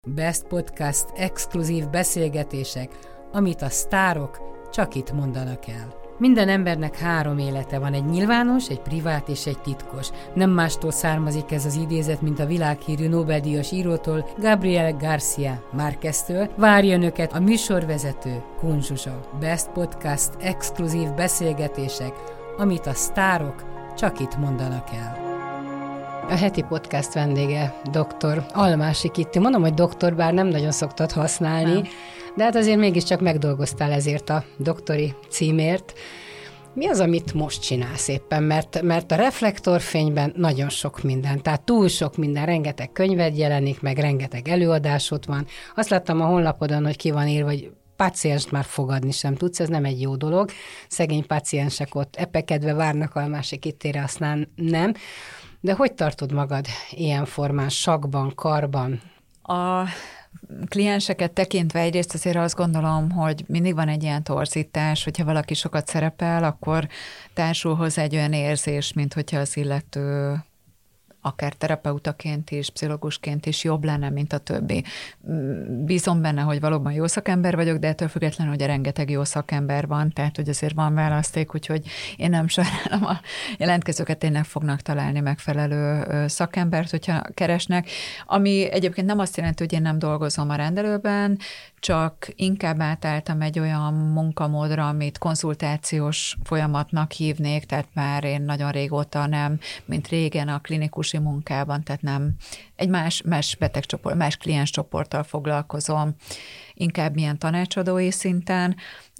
Best Podcast exkluzív beszélgetések, amit a sztárok csak itt mondanak el. Minden embernek 3 élete van, egy nyilvános, egy privát és egy titkos. Nem mástól származik ez az idézet, mint a világhírű Nobel-díjas írótól, Gabriel García Márqueztől. Várja önöket a műsorvezető, Kun Zsuzsa. Best Podcast exkluzív beszélgetések, amit a sztárok csak itt mondanak el. A heti podcast vendége dr. Almási Kitti. Mondom, hogy doktor, bár nem nagyon szoktad használni, nem. De hát azért mégiscsak megdolgoztál ezért a doktori címért. Mi az, amit most csinálsz éppen? Mert a reflektorfényben nagyon sok minden, tehát túl sok minden, rengeteg könyved jelenik, meg rengeteg előadásod van. Azt láttam a honlapodon, hogy ki van írva, hogy pácienst már fogadni sem tudsz, ez nem egy jó dolog. Szegény páciensek ott epekedve várnak Almási Kittire, aztán nem. De hogy tartod magad ilyen formán, sakban, karban? A klienseket tekintve egyrészt azért azt gondolom, hogy mindig van egy ilyen torzítás, hogyha valaki sokat szerepel, akkor társul hozzá egy olyan érzés, mint hogyha az illető akár terapeutaként is, pszichológusként is jobb lenne, mint a többi. Bízom benne, hogy valóban jó szakember vagyok, de ettől függetlenül, hogy rengeteg jó szakember van, tehát hogy azért van választék, úgyhogy én nem sajnálom, a jelentkezőket tényleg fognak találni megfelelő szakembert, hogyha keresnek, ami egyébként nem azt jelenti, hogy én nem dolgozom a rendelőben, csak inkább átálltam egy olyan munkamódra, amit konzultációs folyamatnak hívnék, tehát már én nagyon régóta nem, mint régen a klinikusi munkában, tehát nem egy más betegcsoport, más klienscsoporttal foglalkozom, inkább ilyen tanácsadói szinten,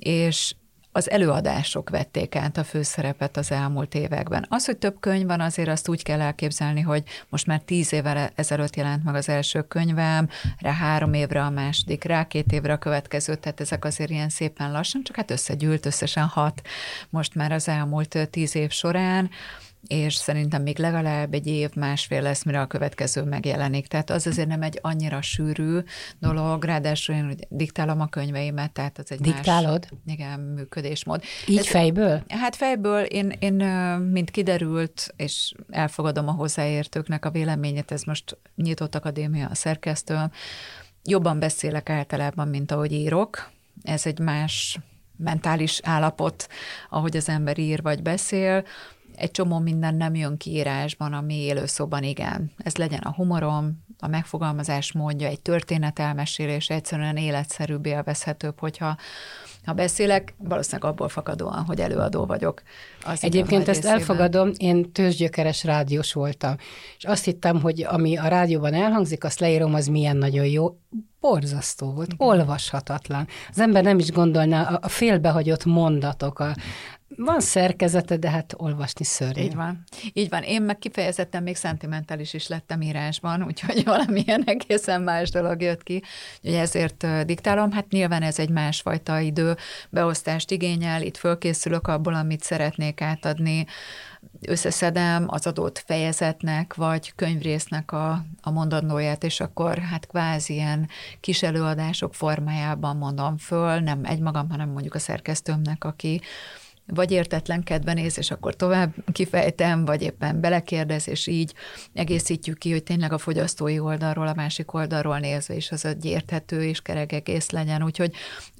és az előadások vették át a főszerepet az elmúlt években. Az, hogy több könyv van, azért azt úgy kell elképzelni, hogy most már 10 évvel ezelőtt jelent meg az első könyvem, rá 3 évre a második, rá 2 évre a következő, tehát ezek azért ilyen szépen lassan, csak hát összegyűlt összesen 6 most már az elmúlt 10 év során, és szerintem még legalább egy év, másfél lesz, mire a következő megjelenik. Tehát az azért nem egy annyira sűrű dolog, ráadásul én ugye diktálom a könyveimet, tehát az egy Diktálod? Más, igen, működésmód. Így fejből? Hát fejből én, mint kiderült, és elfogadom a hozzáértőknek a véleményét, ez most nyitott akadémia a szerkesztő, jobban beszélek általában, mint ahogy írok. Ez egy más mentális állapot, ahogy az ember ír vagy beszél. Egy csomó minden nem jön ki írásban, ami élőszóban igen. Ez legyen a humorom, a megfogalmazás módja, egy történet elmesélése, egyszerűen életszerűbb, élvezhetőbb, hogyha beszélek, valószínűleg abból fakadóan, hogy előadó vagyok. Egyébként ezt elfogadom, én tőzsgyökeres rádiós voltam, és azt hittem, hogy ami a rádióban elhangzik, azt leírom, az milyen nagyon jó. Borzasztó volt, olvashatatlan. Az ember nem is gondolná, a félbehagyott mondatok, van szerkezete, de hát olvasni szörnyű. Így van. Én meg kifejezetten még szentimentális is lettem írásban, úgyhogy valamilyen egészen más dolog jött ki. Úgyhogy ezért diktálom. Hát nyilván ez egy másfajta időbeosztást igényel. Itt fölkészülök abból, amit szeretnék átadni. Összeszedem az adott fejezetnek, vagy könyvrésznek a mondandóját, és akkor hát kvázi ilyen kis előadások formájában mondom föl, nem egymagam, hanem mondjuk a szerkesztőmnek, aki vagy értetlenkedve néz, és akkor tovább kifejtem, vagy éppen belekérdez, és így egészítjük ki, hogy tényleg a fogyasztói oldalról, a másik oldalról nézve is az egy érthető és kerek egész legyen. Úgyhogy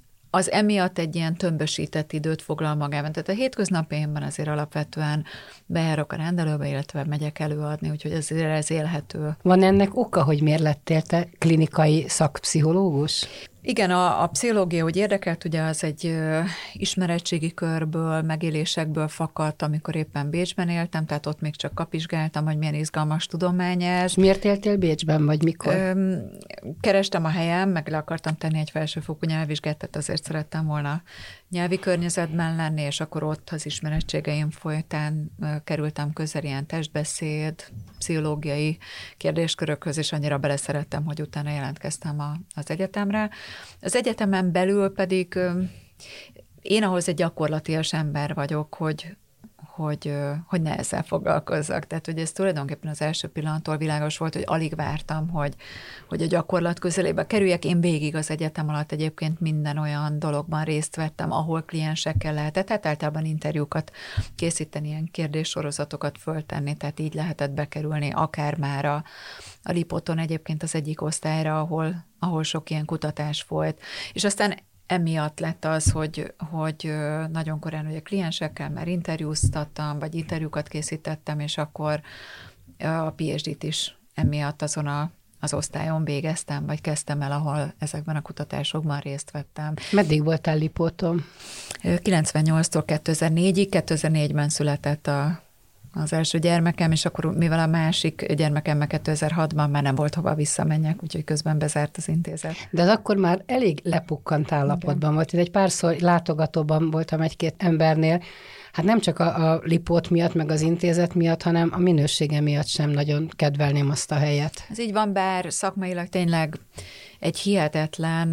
az emiatt egy ilyen tömbösített időt foglal magában. Tehát a hétköznapjaimban azért alapvetően bejárok a rendelőbe, illetve megyek előadni, úgyhogy azért ez élhető. Van ennek oka, hogy miért lettél te klinikai szakpszichológus? Igen, a pszichológia úgy érdekelt, ugye az egy ismeretségi körből, megélésekből fakadt, amikor éppen Bécsben éltem, tehát ott még csak kapizsgáltam, hogy milyen izgalmas tudomány ez. Miért éltél Bécsben, vagy mikor? Kerestem a helyem, meg le akartam tenni egy felsőfokú nyelvvizsgát, tehát azért szerettem volna nyelvi környezetben lenni, és akkor ott az ismerettségeim folytán kerültem közel ilyen testbeszéd, pszichológiai kérdéskörökhöz, és annyira beleszerettem, hogy utána jelentkeztem az egyetemre. Az egyetemen belül pedig én ahhoz egy gyakorlatias ember vagyok, hogy ne ezzel foglalkozzak. Tehát, hogy ez tulajdonképpen az első pillanattól világos volt, hogy alig vártam, hogy a gyakorlat közelébe kerüljek. Én végig az egyetem alatt egyébként minden olyan dologban részt vettem, ahol kliensekkel lehetett, tehát általában interjúkat készíteni, ilyen kérdéssorozatokat föltenni, tehát így lehetett bekerülni, akár már a Lipoton egyébként az egyik osztályra, ahol sok ilyen kutatás folyt. És aztán emiatt lett az, hogy nagyon korán ugye kliensekkel már interjúztattam, vagy interjúkat készítettem, és akkor a PhD-t is emiatt azon az osztályon végeztem, vagy kezdtem el, ahol ezekben a kutatásokban részt vettem. Meddig voltál Lipoton? 98-tól 2004-ig, 2004-ben született az első gyermekem, és akkor mivel a másik gyermekemmel 2006-ban már nem volt hova visszamenjek, úgyhogy közben bezárt az intézet. De az akkor már elég lepukkant állapotban volt. Én egy párszor látogatóban voltam egy-két embernél, hát nem csak a Lipót miatt, meg az intézet miatt, hanem a minősége miatt sem nagyon kedvelném azt a helyet. Ez így van, bár szakmailag tényleg egy hihetetlen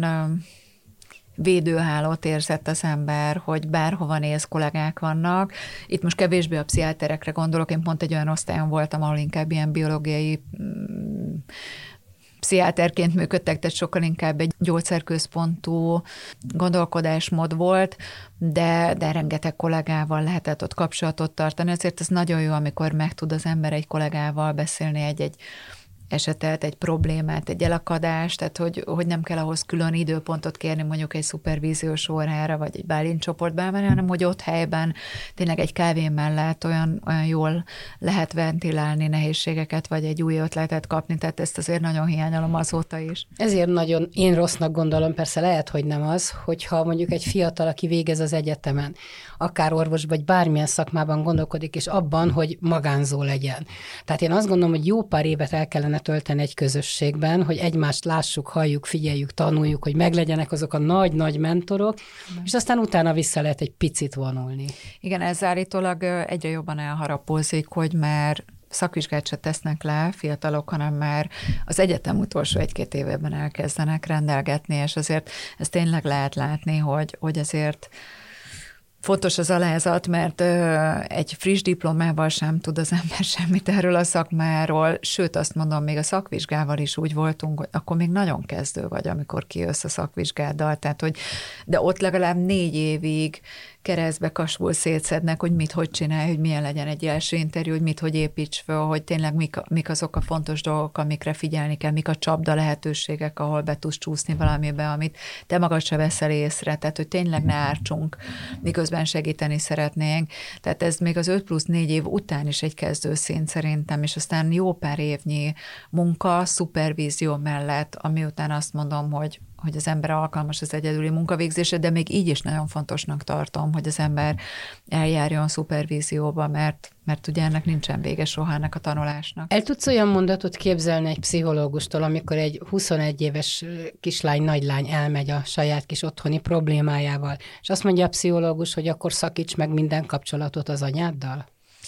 védőhálót érzett az ember, hogy bárhova néz, kollégák vannak. Itt most kevésbé a pszichiáterekre gondolok, én pont egy olyan osztályon voltam, ahol inkább ilyen biológiai pszichiáterként működtek, tehát sokkal inkább egy gyógyszerközpontú gondolkodásmód volt, de rengeteg kollégával lehetett ott kapcsolatot tartani, ezért ez nagyon jó, amikor meg tud az ember egy kollégával beszélni egy esetet, egy problémát, egy elakadást, tehát hogy nem kell ahhoz külön időpontot kérni mondjuk egy szupervíziós órára, vagy egy Bálint csoportba elmenni, hanem hogy ott helyben tényleg egy kávé mellett olyan jól lehet ventilálni nehézségeket, vagy egy új ötletet kapni, tehát ezt azért nagyon hiányolom azóta is. Ezért nagyon én rossznak gondolom, persze lehet, hogy nem az, hogyha mondjuk egy fiatal, aki végez az egyetemen, akár orvos, vagy bármilyen szakmában gondolkodik, és abban, hogy magánzó legyen. Tehát én azt gondolom, hogy jó pár évet el kellene tölteni egy közösségben, hogy egymást lássuk, halljuk, figyeljük, tanuljuk, hogy meglegyenek azok a nagy-nagy mentorok, és aztán utána vissza lehet egy picit vonulni. Igen, ez állítólag egyre jobban elharapózik, hogy már szakvizsgát se tesznek le fiatalok, hanem már az egyetem utolsó 1-2 évben elkezdenek rendelgetni, és azért ezt tényleg lehet látni, hogy azért fontos az alázat, mert egy friss diplomával sem tud az ember semmit erről a szakmáról, sőt azt mondom, még a szakvizsgával is úgy voltunk, hogy akkor még nagyon kezdő vagy, amikor kijössz a szakvizsgáddal, tehát de ott legalább 4 évig keresztbe kasul szétszednek, hogy hogy csinálj, hogy milyen legyen egy első interjú, hogy hogy építs föl, hogy tényleg mik azok a fontos dolgok, amikre figyelni kell, mik a csapda lehetőségek, ahol be tudsz csúszni valamibe, amit te magad se veszel észre, tehát hogy tényleg ne ártsunk, miközben segíteni szeretnénk. Tehát ez még az 5+4 év után is egy kezdőszint szerintem, és aztán jó pár évnyi munka, szupervízió mellett, ami után azt mondom, hogy az ember alkalmas az egyedüli munkavégzésre, de még így is nagyon fontosnak tartom, hogy az ember eljárjon szupervízióba, mert ugye ennek nincsen vége soha ennek a tanulásnak. El tudsz olyan mondatot képzelni egy pszichológustól, amikor egy 21 éves kislány, nagylány elmegy a saját kis otthoni problémájával, és azt mondja a pszichológus, hogy akkor szakíts meg minden kapcsolatot az anyáddal?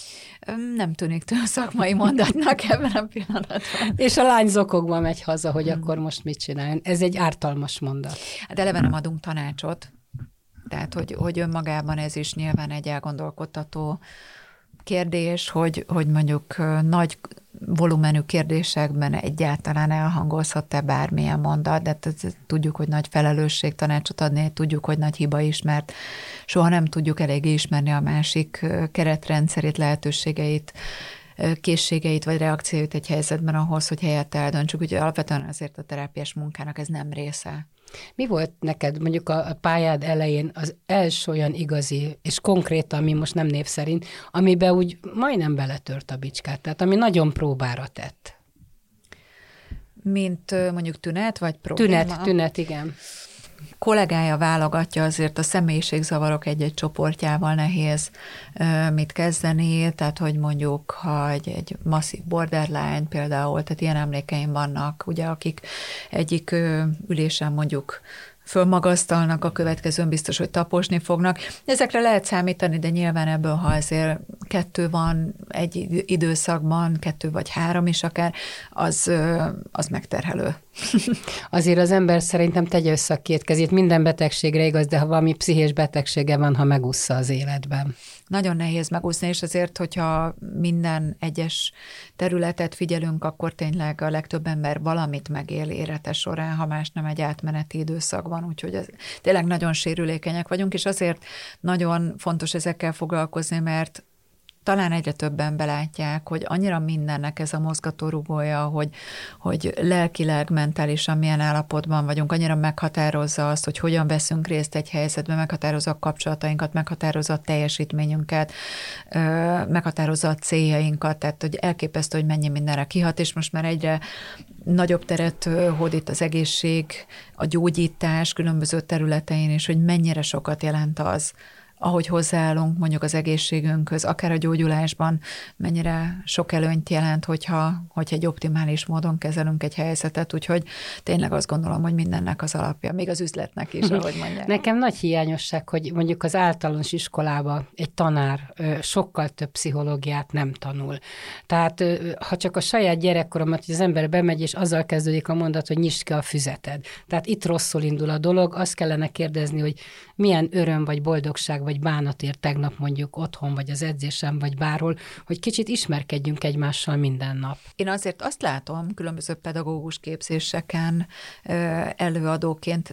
Nem tűnik tőle szakmai mondatnak ebben a pillanatban. És a lány zokogva megy haza, hogy akkor most mit csináljon. Ez egy ártalmas mondat. Hát eleve nem adunk tanácsot, tehát hogy önmagában ez is nyilván egy elgondolkodtató kérdés, hogy mondjuk nagy volumenű kérdésekben egyáltalán elhangozhat-e bármilyen mondat, de tudjuk, hogy nagy felelősség tanácsot adni, tudjuk, hogy nagy hiba is, mert soha nem tudjuk eléggé ismerni a másik keretrendszerét, lehetőségeit, készségeit vagy reakcióit egy helyzetben ahhoz, hogy helyette eldöntsük. Úgyhogy alapvetően azért a terápiás munkának ez nem része. Mi volt neked mondjuk a pályád elején az első olyan igazi, és konkrétan, ami most nem név szerint, amiben úgy majdnem beletört a bicskát, tehát ami nagyon próbára tett? Mint mondjuk tünet, vagy probléma? Tünet, igen. Kollégája válogatja, azért a személyiségzavarok egy-egy csoportjával nehéz mit kezdeni, tehát hogy mondjuk, ha egy masszív borderline például, tehát ilyen emlékeim vannak, ugye, akik egyik ülésen mondjuk fölmagasztalnak, a következőn biztos, hogy taposni fognak. Ezekre lehet számítani, de nyilván ebből, ha azért 2 van egy időszakban, 2 vagy 3 is akár, az megterhelő. Azért az ember szerintem tegye össze a két kezét, minden betegségre igaz, de ha valami pszichés betegsége van, ha megúszza az életben. Nagyon nehéz megúszni, és azért, hogyha minden egyes területet figyelünk, akkor tényleg a legtöbb ember valamit megél élete során, ha más nem egy átmeneti időszakban, úgyhogy tényleg nagyon sérülékenyek vagyunk, és azért nagyon fontos ezekkel foglalkozni, mert talán egyre többen belátják, hogy annyira mindennek ez a mozgatórugója, hogy lelkileg, mentálisan milyen állapotban vagyunk, annyira meghatározza azt, hogy hogyan veszünk részt egy helyzetben, meghatározza a kapcsolatainkat, meghatározza a teljesítményünket, meghatározza a céljainkat, tehát hogy elképesztő, hogy mennyi mindenre kihat, és most már egyre nagyobb teret hódít az egészség, a gyógyítás különböző területein, és hogy mennyire sokat jelent az, ahogy hozzáállunk mondjuk az egészségünkhöz, akár a gyógyulásban, mennyire sok előnyt jelent, hogyha egy optimális módon kezelünk egy helyzetet, úgyhogy tényleg azt gondolom, hogy mindennek az alapja, még az üzletnek is, ahogy mondják. Nekem nagy hiányosság, hogy mondjuk az általános iskolába egy tanár sokkal több pszichológiát nem tanul. Tehát ha csak a saját gyerekkoromat, hogy az ember bemegy, és azzal kezdődik a mondat, hogy nyisd ki a füzeted. Tehát itt rosszul indul a dolog, azt kellene kérdezni, hogy milyen öröm vagy boldogság vagy bánatért tegnap mondjuk otthon, vagy az edzésen, vagy bárhol, hogy kicsit ismerkedjünk egymással minden nap. Én azért azt látom különböző pedagógus képzéseken előadóként,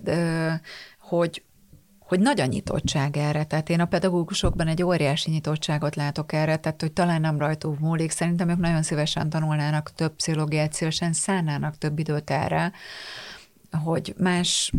hogy nagy a nyitottság erre. Tehát én a pedagógusokban egy óriási nyitottságot látok erre, tehát hogy talán nem rajtuk múlik. Szerintem ők nagyon szívesen tanulnának több pszichológiát, szívesen szánnának több időt erre, hogy más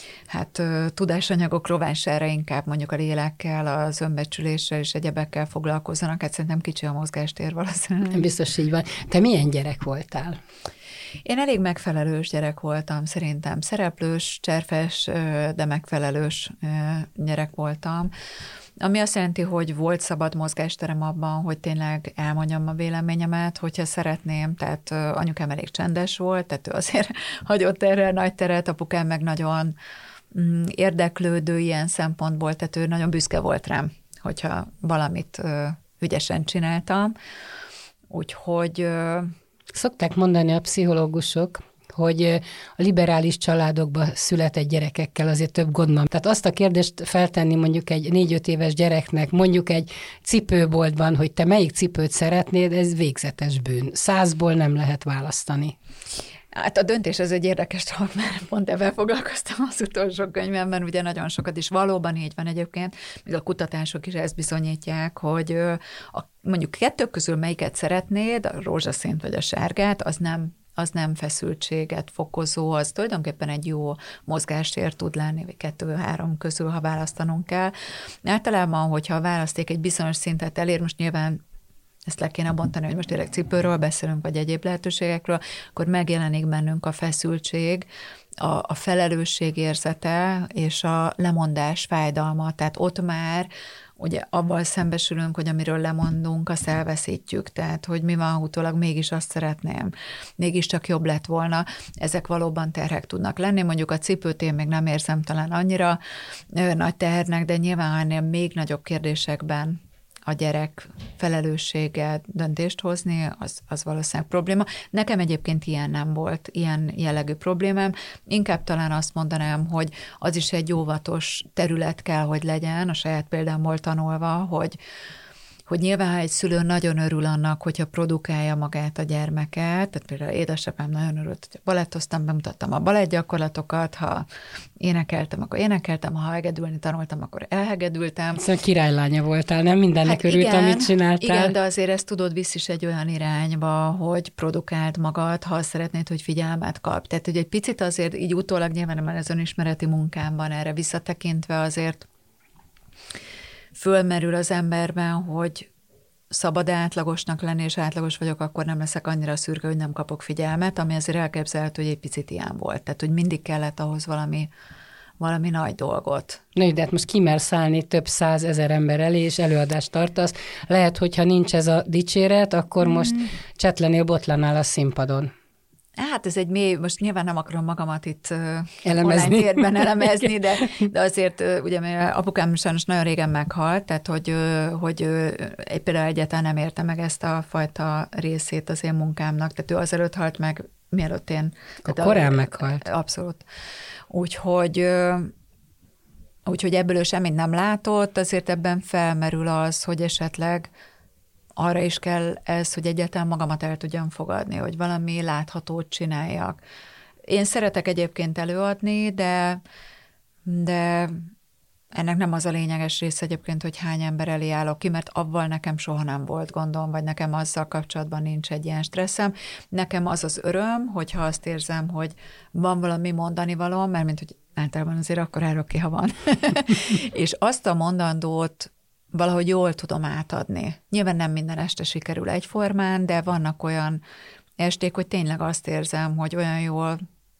tudásanyagok rovására inkább mondjuk a lélekkel, az önbecsüléssel és egyebekkel foglalkozzanak. Hát szerintem kicsi a mozgástér valószínűleg. Biztos így van. Te milyen gyerek voltál? Én elég megfelelős gyerek voltam, szerintem. Szereplős, cserfes, de megfelelős gyerek voltam. Ami azt jelenti, hogy volt szabad mozgásterem abban, hogy tényleg elmondjam a véleményemet, hogyha szeretném, tehát anyukám elég csendes volt, tehát ő azért hagyott erre nagy teret, apukám meg nagyon érdeklődő ilyen szempontból, tehát ő nagyon büszke volt rám, hogyha valamit ügyesen csináltam. Úgyhogy... Szokták mondani a pszichológusok, hogy a liberális családokba született gyerekekkel azért több gond van. Tehát azt a kérdést feltenni mondjuk egy 4-5 éves gyereknek, mondjuk egy cipőboltban, hogy te melyik cipőt szeretnéd, ez végzetes bűn. 100-ból nem lehet választani. Hát a döntés ez egy érdekes dolog, mert pont ebben foglalkoztam az utolsó könyvemben, ugye nagyon sokat is valóban így van egyébként, még a kutatások is ezt bizonyítják, hogy mondjuk kettő közül melyiket szeretnéd, a rózsaszínt vagy a sárgát, az nem feszültséget fokozó, az tulajdonképpen egy jó mozgástér tud lenni, vagy 2-3 közül, ha választanunk kell. Általában, hogyha a választék egy bizonyos szintet elér, most nyilván ezt le kéne bontani, hogy most tényleg cipőről beszélünk, vagy egyéb lehetőségekről, akkor megjelenik bennünk a feszültség, a felelősség érzete és a lemondás fájdalma. Tehát ott már ugye abban szembesülünk, hogy amiről lemondunk, azt elveszítjük. Tehát, hogy mi van, utólag mégis azt szeretném, mégiscsak jobb lett volna. Ezek valóban terhek tudnak lenni. Mondjuk a cipőt én még nem érzem talán annyira nagy tehernek, de nyilván ennél még nagyobb kérdésekben a gyerek felelőssége döntést hozni, az valószínűleg probléma. Nekem egyébként ilyen nem volt, ilyen jellegű problémám. Inkább talán azt mondanám, hogy az is egy óvatos terület kell, hogy legyen, a saját példámból tanulva, hogy nyilván, ha egy szülő nagyon örül annak, hogyha produkálja magát a gyermeket, tehát például édesapám nagyon örült, hogy balettoztam, bemutattam a balettgyakorlatokat, ha énekeltem, akkor énekeltem, ha hegedülni tanultam, akkor elhegedültem. Szóval királylánya voltál, nem mindennek örült, igen, amit csináltál. Igen, de azért ezt tudod visz is egy olyan irányba, hogy produkáld magad, ha szeretnéd, hogy figyelmet kap. Tehát, hogy egy picit azért így utólag nyilván már az önismereti munkámban erre visszatekintve azért fölmerül az emberben, hogy szabad átlagosnak lenni, és átlagos vagyok, akkor nem leszek annyira szürke, hogy nem kapok figyelmet, ami azért elképzelhető, hogy egy picit ilyen volt. Tehát, hogy mindig kellett ahhoz valami nagy dolgot. Nő, de hát most kimersz állni több 100 000 ember elé, és előadást tartasz. Lehet, hogyha nincs ez a dicséret, akkor most csetlenél botlánál a színpadon. Hát ez egy mély, most nyilván nem akarom magamat itt online térben elemezni, de azért ugye apukám sajnos nagyon régen meghalt, tehát hogy például egyáltalán nem érte meg ezt a fajta részét az én munkámnak, tehát ő azelőtt halt meg mielőtt én... Korán meghalt. Abszolút. Úgyhogy ebből ő semmit nem látott, azért ebben felmerül az, hogy esetleg arra is kell ez, hogy egyáltalán magamat el tudjam fogadni, hogy valami láthatót csináljak. Én szeretek egyébként előadni, de ennek nem az a lényeges része egyébként, hogy hány ember elé állok ki, mert avval nekem soha nem volt gondom, vagy nekem azzal kapcsolatban nincs egy ilyen stresszem. Nekem az az öröm, hogyha azt érzem, hogy van valami mondani valóm, mert mint hogy általában azért akkor állok ki, ha van. És azt a mondandót valahogy jól tudom átadni. Nyilván nem minden este sikerül egyformán, de vannak olyan esték, hogy tényleg azt érzem, hogy olyan jól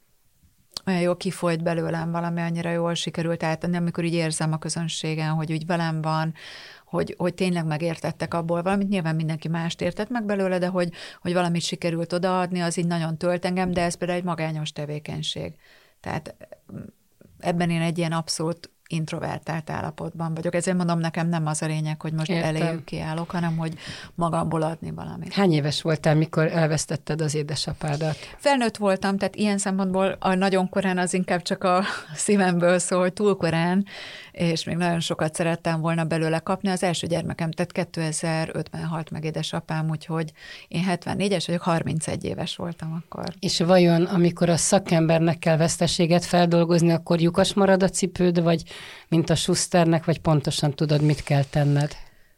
kifolyt belőlem valami, annyira jól sikerült átadni, amikor így érzem a közönségen, hogy úgy velem van, hogy tényleg megértettek abból valamit, nyilván mindenki mást értett meg belőle, de hogy valamit sikerült odaadni, az így nagyon tölt engem, de ez például egy magányos tevékenység. Tehát ebben én egy ilyen abszolút introvertált állapotban vagyok. Ezért mondom, nekem nem az a lényeg, hogy most eléjük kiállok, hanem hogy magamból adni valamit. Hány éves voltál, mikor elvesztetted az édesapádat? Felnőtt voltam, tehát ilyen szempontból a nagyon korán az inkább csak a szívemből szól, hogy túl korán, és még nagyon sokat szerettem volna belőle kapni. Az első gyermekem, tehát 2005-ben halt meg édesapám, úgyhogy én 74-es vagyok, 31 éves voltam akkor. És vajon, amikor a szakembernek kell veszteséget feldolgozni, akkor lyukas marad a cipőd, vagy mint a Schusternek, vagy pontosan tudod, mit kell tenned?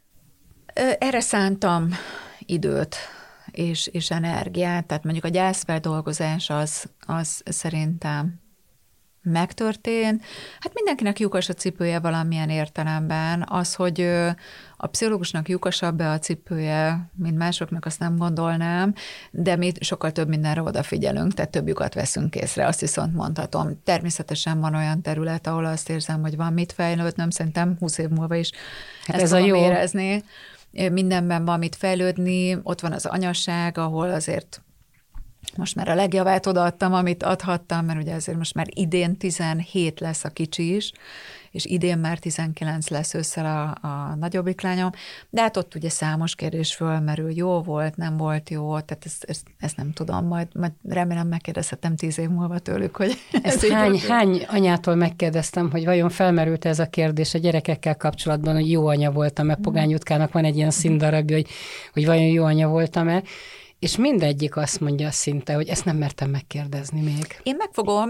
Erre szántam időt és energiát, tehát mondjuk a gyászfeldolgozás az szerintem megtörtént. Hát mindenkinek lyukas a cipője valamilyen értelemben. Az, hogy a pszichológusnak lyukasabb-e a cipője, mint másoknak, azt nem gondolnám, de mi sokkal több mindenre odafigyelünk, tehát több lyukat veszünk észre, azt viszont mondhatom. Természetesen van olyan terület, ahol azt érzem, hogy van mit fejlődnöm, szerintem 20 év múlva is hát ezt fogom érezni. Mindenben van mit fejlődni, ott van az anyasság, ahol azért most már a legjavát odaadtam, amit adhattam, mert ugye azért most már idén 17 lesz a kicsi is, és idén már 19 lesz ősszel a nagyobbik lányom, de hát ott ugye számos kérdés fölmerül, jó volt, nem volt jó, tehát ezt nem tudom, majd remélem megkérdezhetem 10 év múlva tőlük, hogy ezt hány anyától megkérdeztem, hogy vajon felmerült ez a kérdés a gyerekekkel kapcsolatban, hogy jó anya voltam-e, Pogány Jutkának van egy ilyen színdarabja, hogy vajon jó anya voltam-e, és mindegyik azt mondja szinte, hogy ezt nem mertem megkérdezni még. Én megfogom,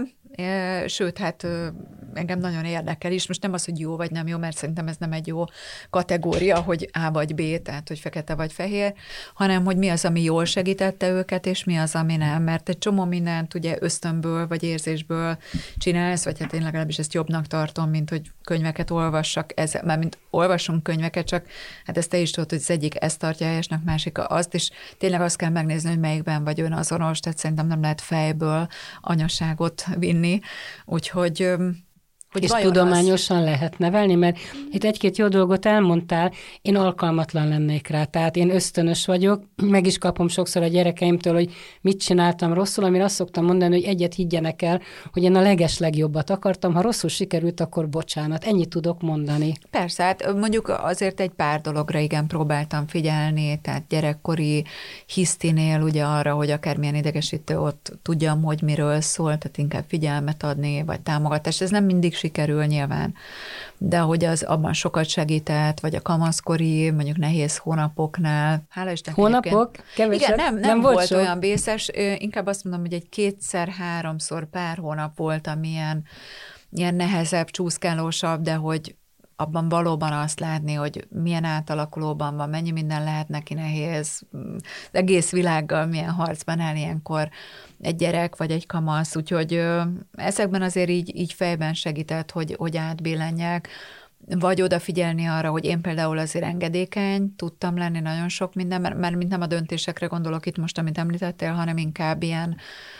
sőt, hát engem nagyon érdekel is. Most nem az, hogy jó vagy nem jó, mert szerintem ez nem egy jó kategória, hogy A vagy B, tehát hogy fekete vagy fehér, hanem hogy mi az, ami jól segítette őket, és mi az, ami nem. Mert egy csomó mindent ugye ösztönből vagy érzésből csinálsz, vagy hát én legalábbis ezt jobbnak tartom, mint hogy könyveket olvassak, mint olvasunk könyveket, csak hát ezt te is tudod, hogy az egyik ezt tartja helyesnek, másik azt, és tényleg azt kell megnézni, hogy melyikben vagy önazonos, tehát szerintem nem lehet fejből anyaságot vinni, úgyhogy és tudományosan lehet nevelni, mert itt egy-két jó dolgot elmondtál, én alkalmatlan lennék rá, tehát én ösztönös vagyok, meg is kapom sokszor a gyerekeimtől, hogy mit csináltam rosszul, amire azt szoktam mondani, hogy egyet higgyenek el, hogy én a legeslegjobbat akartam, ha rosszul sikerült, akkor bocsánat, ennyit tudok mondani. Persze, hát mondjuk azért egy pár dologra igen próbáltam figyelni, tehát gyerekkori hisztinél ugye arra, hogy akármilyen idegesítő ott tudjam, hogy miről szól, tehát inkább figyelmet adni, vagy támogatást, ez nem mindig sikerül nyilván, de hogy az abban sokat segített, vagy a kamaszkori, mondjuk nehéz hónapoknál. Hála Istennek. Hónapok? Kevesebb? Igen, nem volt olyan vészes, inkább azt mondom, hogy egy 2-3-szor pár hónap volt, amilyen ilyen nehezebb, csúszkálósabb, de hogy abban valóban azt látni, hogy milyen átalakulóban van, mennyi minden lehet neki nehéz, az egész világgal milyen harcban áll ilyenkor egy gyerek vagy egy kamasz, úgyhogy ezekben azért így fejben segített, hogy átbillenjek, vagy odafigyelni arra, hogy én például azért engedékeny tudtam lenni nagyon sok minden, mert mint nem a döntésekre gondolok itt most, amit említettél, hanem inkább ilyen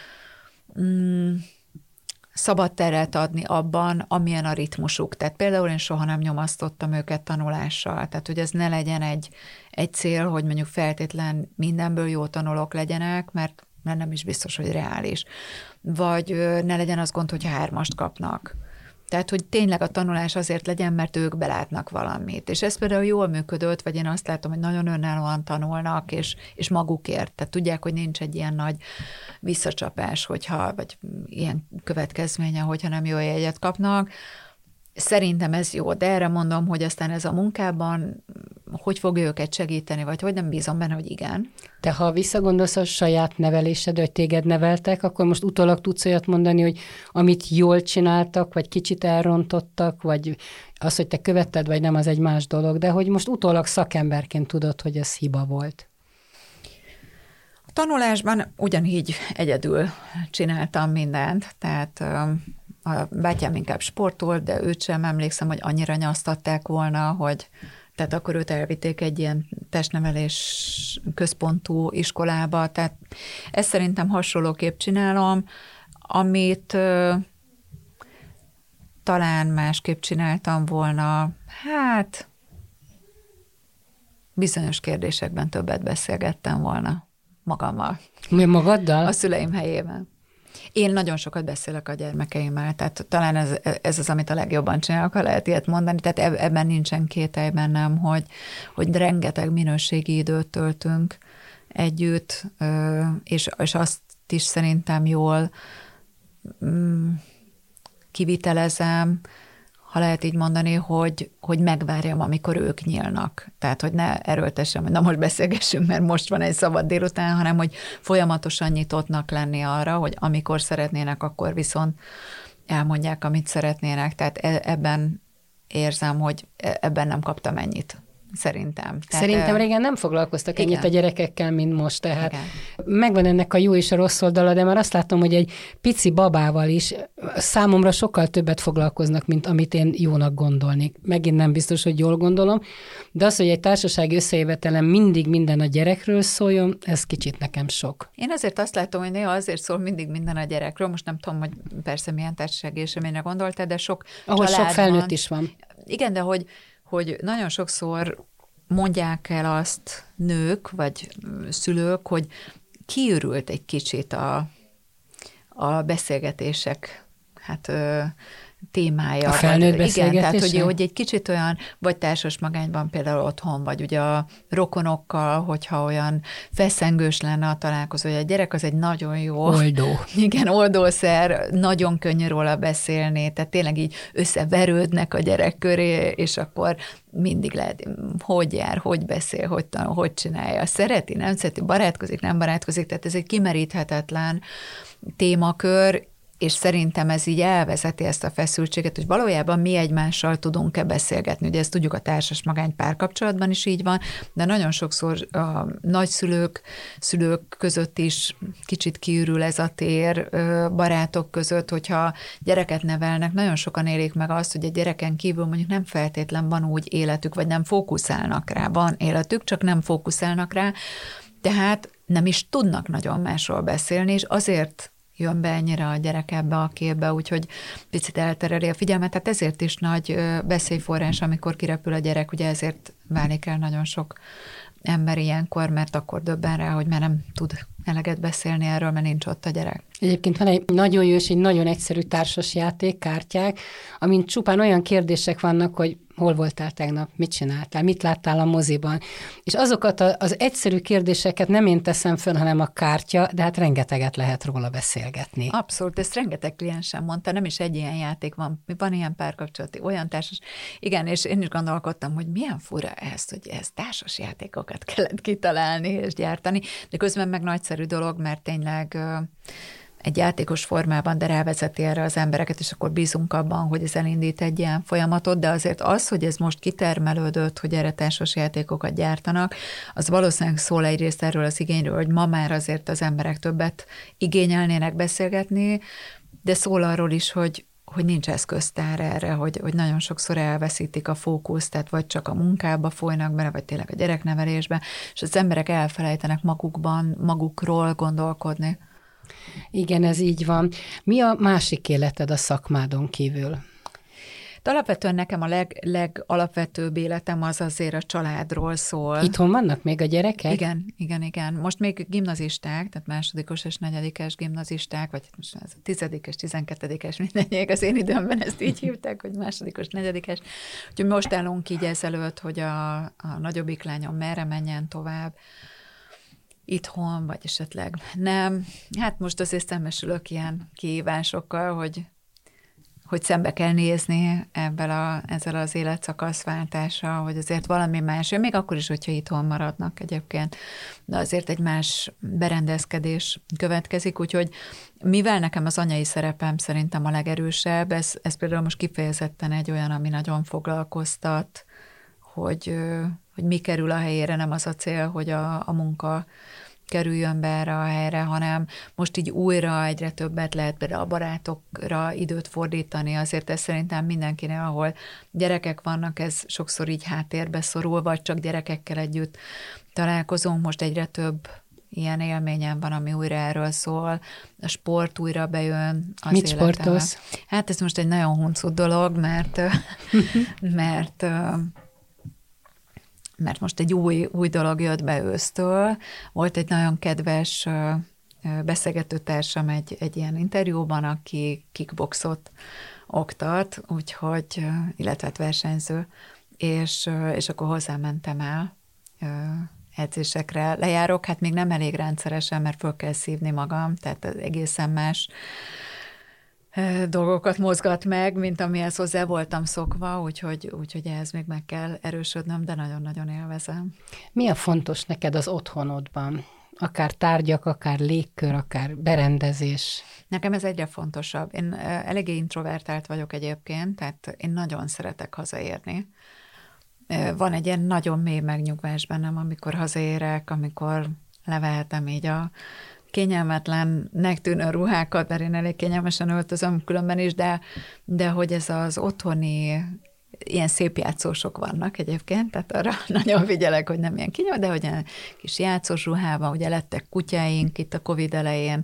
szabad teret adni abban, amilyen a ritmusuk. Tehát például én soha nem nyomasztottam őket tanulással. Tehát, hogy ez ne legyen egy cél, hogy mondjuk feltétlen mindenből jó tanulók legyenek, mert nem is biztos, hogy reális. Vagy ne legyen az gond, hogyha 3-ast kapnak. Tehát, hogy tényleg a tanulás azért legyen, mert ők belátnak valamit. És ez például jól működött, vagy én azt látom, hogy nagyon önállóan tanulnak, és magukért. Tehát tudják, hogy nincs egy ilyen nagy visszacsapás, vagy ilyen következménye, hogyha nem jó jegyet kapnak. Szerintem ez jó, de erre mondom, hogy aztán ez a munkában hogy fogja őket segíteni, vagy hogy nem bízom benne, hogy igen. De ha visszagondolsz a saját nevelésedre, hogy téged neveltek, akkor most utólag tudsz olyat mondani, hogy amit jól csináltak, vagy kicsit elrontottak, vagy az, hogy te követted, vagy nem, az egy más dolog, de hogy most utólag szakemberként tudod, hogy ez hiba volt. A tanulásban ugyanígy egyedül csináltam mindent, tehát a bátyám inkább sportolt, de őt sem emlékszem, hogy annyira nyasztatták volna, hogy tehát akkor őt elvitték egy ilyen testnevelés központú iskolába, tehát ezt szerintem hasonlóképp csinálom, amit talán másképp csináltam volna, hát bizonyos kérdésekben többet beszélgettem volna magammal. Mi magaddal? A szüleim helyében. Én nagyon sokat beszélek a gyermekeimmel, tehát talán ez az, amit a legjobban csinálok, ha lehet ilyet mondani, tehát ebben nincsen kételj bennem, hogy rengeteg minőségi időt töltünk együtt, és azt is szerintem jól kivitelezem, ha lehet így mondani, hogy megvárjam, amikor ők nyílnak. Tehát, hogy ne erőltessem, hogy na most beszélgessünk, mert most van egy szabad délután, hanem, hogy folyamatosan nyitottnak lenni arra, hogy amikor szeretnének, akkor viszont elmondják, amit szeretnének. Tehát ebben érzem, hogy ebben nem kaptam ennyit. Szerintem. Szerintem régen nem foglalkoztak ennyit a gyerekekkel, mint most, tehát igen. Megvan ennek a jó és a rossz oldala, de már azt látom, hogy egy pici babával is számomra sokkal többet foglalkoznak, mint amit én jónak gondolnék. Megint nem biztos, hogy jól gondolom, de az, hogy egy társasági összejövetelen mindig minden a gyerekről szóljon, ez kicsit nekem sok. Én azért azt látom, hogy néha azért szól mindig minden a gyerekről, most nem tudom, hogy persze milyen társasági eseményre gondoltál, de sok ahol családban, sok felnőtt is van. Igen, de hogy nagyon sokszor mondják el azt nők, vagy szülők, hogy kiürült egy kicsit a beszélgetések témája. A felnőtt beszélgetése? Igen, tehát hogy egy kicsit olyan, vagy társas magányban például otthon, vagy ugye a rokonokkal, hogyha olyan feszengős lenne a találkozó, hogy a gyerek az egy nagyon jó... Oldó. Igen, oldószer, nagyon könnyű róla beszélni, tehát tényleg így összeverődnek a gyerek köré, és akkor mindig lehet, hogy jár, hogy beszél, hogy tanul, hogy csinálja, szereti, nem szereti, barátkozik, nem barátkozik, tehát ez egy kimeríthetetlen témakör, és szerintem ez így elvezeti ezt a feszültséget, hogy valójában mi egymással tudunk-e beszélgetni. Ugye ezt tudjuk a társas magány párkapcsolatban is így van, de nagyon sokszor a nagyszülők, szülők között is kicsit kiürül ez a tér, barátok között, hogyha gyereket nevelnek, nagyon sokan élik meg azt, hogy a gyereken kívül mondjuk nem feltétlen van úgy életük, vagy nem fókuszálnak rá. Van életük, csak nem fókuszálnak rá, tehát nem is tudnak nagyon másról beszélni, és azért jön be ennyire a gyerek ebbe a képbe, úgyhogy picit eltereli a figyelmet, tehát ezért is nagy veszélyforrás, amikor kirepül a gyerek, ugye ezért válik el nagyon sok ember ilyenkor, mert akkor döbben rá, hogy már nem tud eleget beszélni erről, mert nincs ott a gyerek. Egyébként van egy nagyon jó és egy nagyon egyszerű társasjáték, kártyák, amin csupán olyan kérdések vannak, hogy hol voltál tegnap, mit csináltál, mit láttál a moziban. És azokat az egyszerű kérdéseket nem én teszem föl, hanem a kártya, de hát rengeteget lehet róla beszélgetni. Abszolút, ezt rengeteg kliensem mondta, nem is egy ilyen játék van ilyen párkapcsolati, olyan társas. Igen, és én is gondolkodtam, hogy milyen fura ez, hogy ez társas játékokat kellett kitalálni és gyártani, de közben meg nagyszerű dolog, mert tényleg egy játékos formában, de rávezeti erre az embereket, és akkor bízunk abban, hogy ez elindít egy ilyen folyamatot, de azért az, hogy ez most kitermelődött, hogy erre társas játékokat gyártanak, az valószínűleg szól egyrészt erről az igényről, hogy ma már azért az emberek többet igényelnének beszélgetni, de szól arról is, hogy nincs eszköztár erre, hogy nagyon sokszor elveszítik a fókuszt, tehát vagy csak a munkába folynak bele, vagy tényleg a gyereknevelésbe, és az emberek elfelejtenek magukról gondolkodni. Igen, ez így van. Mi a másik életed a szakmádon kívül? De alapvetően nekem a legalapvetőbb életem az azért a családról szól. Itthon vannak még a gyerekek? Igen. Most még gimnazisták, tehát másodikos és negyedikes gimnazisták, vagy most ez a 10-es, 12-es mindegyik, az én időmben ezt így hívták, hogy másodikos, negyedikes. Úgyhogy most állunk így ezelőtt, hogy a nagyobbik lányom merre menjen tovább, itthon, vagy esetleg nem. Hát most azért szembesülök ilyen kihívásokkal, hogy szembe kell nézni ezzel az életszakaszváltással, hogy azért valami más, még akkor is, hogyha itthon maradnak egyébként, de azért egy más berendezkedés következik, úgyhogy mivel nekem az anyai szerepem szerintem a legerősebb, ez például most kifejezetten egy olyan, ami nagyon foglalkoztat, hogy mi kerül a helyére, nem az a cél, hogy a munka kerüljön be erre a helyre, hanem most így újra egyre többet lehet például a barátokra időt fordítani, azért ez szerintem mindenkinél, ahol gyerekek vannak, ez sokszor így háttérbe szorul, vagy csak gyerekekkel együtt találkozunk, most egyre több ilyen élményem van, ami újra erről szól, a sport újra bejön az Mit életembe. sportolsz? Hát ez most egy nagyon huncut dolog, mert most egy új dolog jött be ősztől. Volt egy nagyon kedves beszélgető társam egy ilyen interjúban, aki kickboxot oktat, úgyhogy, illetve versenyző, és akkor hozzámentem el edzésekre. Lejárok, hát még nem elég rendszeresen, mert föl kell szívni magam, tehát egészen más dolgokat mozgat meg, mint amihez hozzá voltam szokva, úgyhogy ehhez még meg kell erősödnöm, de nagyon-nagyon élvezem. Mi a fontos neked az otthonodban? Akár tárgyak, akár légkör, akár berendezés? Nekem ez egyre fontosabb. Én eléggé introvertált vagyok egyébként, tehát én nagyon szeretek hazaérni. Van egy ilyen nagyon mély megnyugvás bennem, amikor hazaérek, amikor levehetem így a kényelmetlennek tűnő ruhákat, mert én elég kényelmesen öltözöm különben is, de hogy ez az otthoni, ilyen szép játszósok vannak egyébként, tehát arra nagyon figyelek, hogy nem ilyen kinyom, de hogy ilyen kis játszós ruhában, ugye lettek kutyáink itt a Covid elején,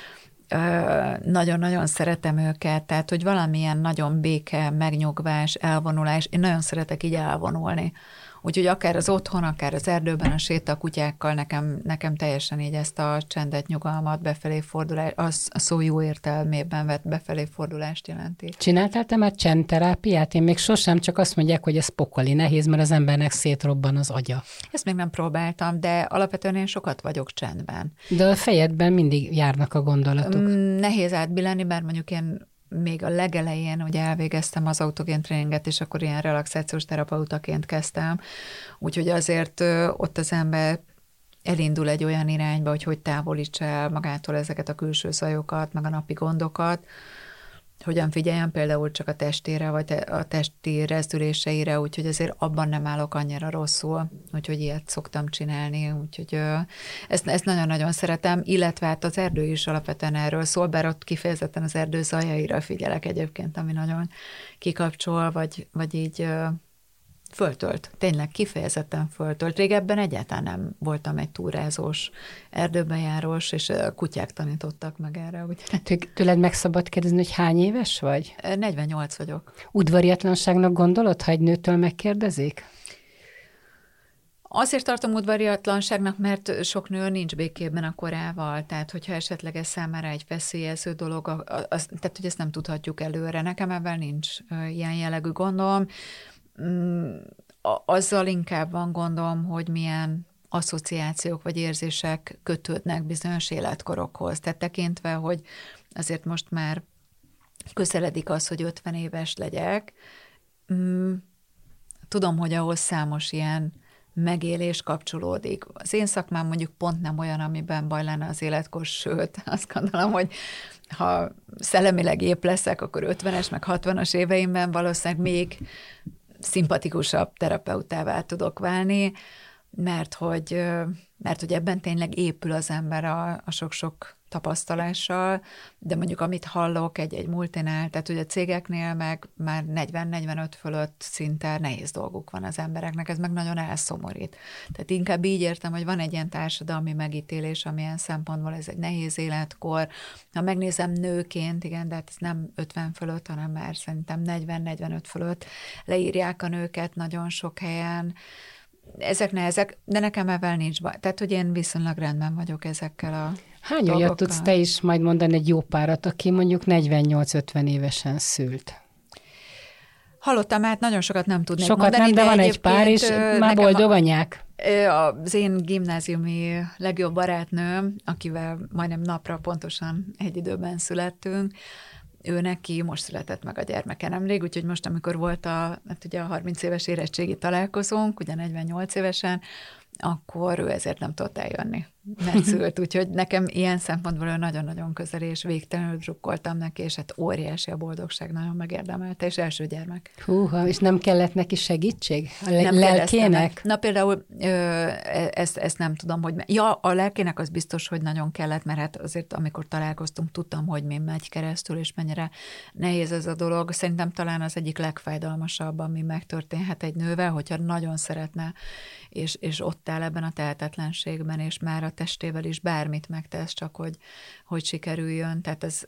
nagyon-nagyon szeretem őket, tehát hogy valamilyen nagyon béke, megnyugvás, elvonulás, én nagyon szeretek így elvonulni. Úgyhogy akár az otthon, akár az erdőben a séta kutyákkal nekem teljesen így ezt a csendet, nyugalmat, befelé fordulást, a szó jó értelmében vett befelé fordulást jelenti. Csináltál te már csendterápiát? Én még sosem, csak azt mondják, hogy ez pokoli nehéz, mert az embernek szétrobban az agya. Ezt még nem próbáltam, de alapvetően én sokat vagyok csendben. De a fejedben mindig járnak a gondolatok. Nehéz átbillenni, bár mondjuk én még a legelején ugye elvégeztem az autogén tréninget, és akkor ilyen relaxációs terapeutaként kezdtem. Úgyhogy azért ott az ember elindul egy olyan irányba, hogy távolítsa el magától ezeket a külső zajokat, meg a napi gondokat, hogyan figyeljen például csak a testére, vagy a testi rezdüléseire, úgyhogy azért abban nem állok annyira rosszul, úgyhogy ilyet szoktam csinálni, úgyhogy ezt nagyon-nagyon szeretem, illetve hát az erdő is alapvetően erről szól, bár ott kifejezetten az erdő zajaira figyelek egyébként, ami nagyon kikapcsol, vagy így föltölt, tényleg kifejezetten föltölt. Régebben egyáltalán nem voltam egy túrázós, erdőben járós, és kutyák tanítottak meg erre. Tőled meg szabad kérdezni, hogy hány éves vagy? 48 vagyok. Udvariatlanságnak gondolod, ha egy nőtől megkérdezik? Azért tartom udvariatlanságnak, mert sok nő nincs békében a korával, tehát hogyha esetleg ez számára egy veszélyező dolog, tehát hogy ezt nem tudhatjuk előre. Nekem ebben nincs ilyen jellegű gondom. Azzal inkább van gondom, hogy milyen asszociációk vagy érzések kötődnek bizonyos életkorokhoz. Tehát tekintve, hogy azért most már közeledik az, hogy 50 éves legyek, tudom, hogy ahhoz számos ilyen megélés kapcsolódik. Az én szakmám mondjuk pont nem olyan, amiben baj lenne az életkor, sőt, azt gondolom, hogy ha szellemileg épp leszek, akkor 50-es, meg 60-as éveimben valószínűleg még szimpatikusabb terapeutává tudok válni, mert hogy ebben tényleg épül az ember a sok-sok tapasztalással, de mondjuk amit hallok egy multinál, tehát ugye a cégeknél meg már 40-45 fölött szinte nehéz dolguk van az embereknek, ez meg nagyon elszomorít. Tehát inkább így értem, hogy van egy ilyen társadalmi megítélés, amilyen szempontból ez egy nehéz életkor. Ha megnézem nőként, igen, de hát ez nem 50 fölött, hanem már szerintem 40-45 fölött leírják a nőket nagyon sok helyen. Ezek nehezek, de nekem ebben nincs baj. Tehát, hogy én viszonylag rendben vagyok ezekkel a Hány olyat tudsz te is majd mondani egy jó párat, aki mondjuk 48-50 évesen szült? Hallottam, hát nagyon sokat nem tudnék sokat mondani. Nem, de van egy pár, és már boldog anyák. Az én gimnáziumi legjobb barátnőm, akivel majdnem napra pontosan egy időben születtünk, ő neki most született meg a gyermeke nemrég, úgyhogy most, amikor volt ugye a 30 éves érettségi találkozónk, ugye 48 évesen, akkor ő ezért nem tudott eljönni, mert szült, úgyhogy nekem ilyen szempontból ő nagyon-nagyon közel, és végtelenül drukkoltam neki, és hát óriási a boldogság, nagyon megérdemelte, és első gyermek. Húha, és nem kellett neki segítség? A lelkének? Na például ezt nem tudom, hogy... Ja, a lelkének az biztos, hogy nagyon kellett, mert hát azért, amikor találkoztunk, tudtam, hogy mi megy keresztül, és mennyire nehéz ez a dolog. Szerintem talán az egyik legfájdalmasabb, ami megtörténhet egy nővel, hogyha nagyon szeretne, és ott áll ebben a tehetetlenségben, és már a testével is bármit megtesz, csak hogy sikerüljön. Tehát ez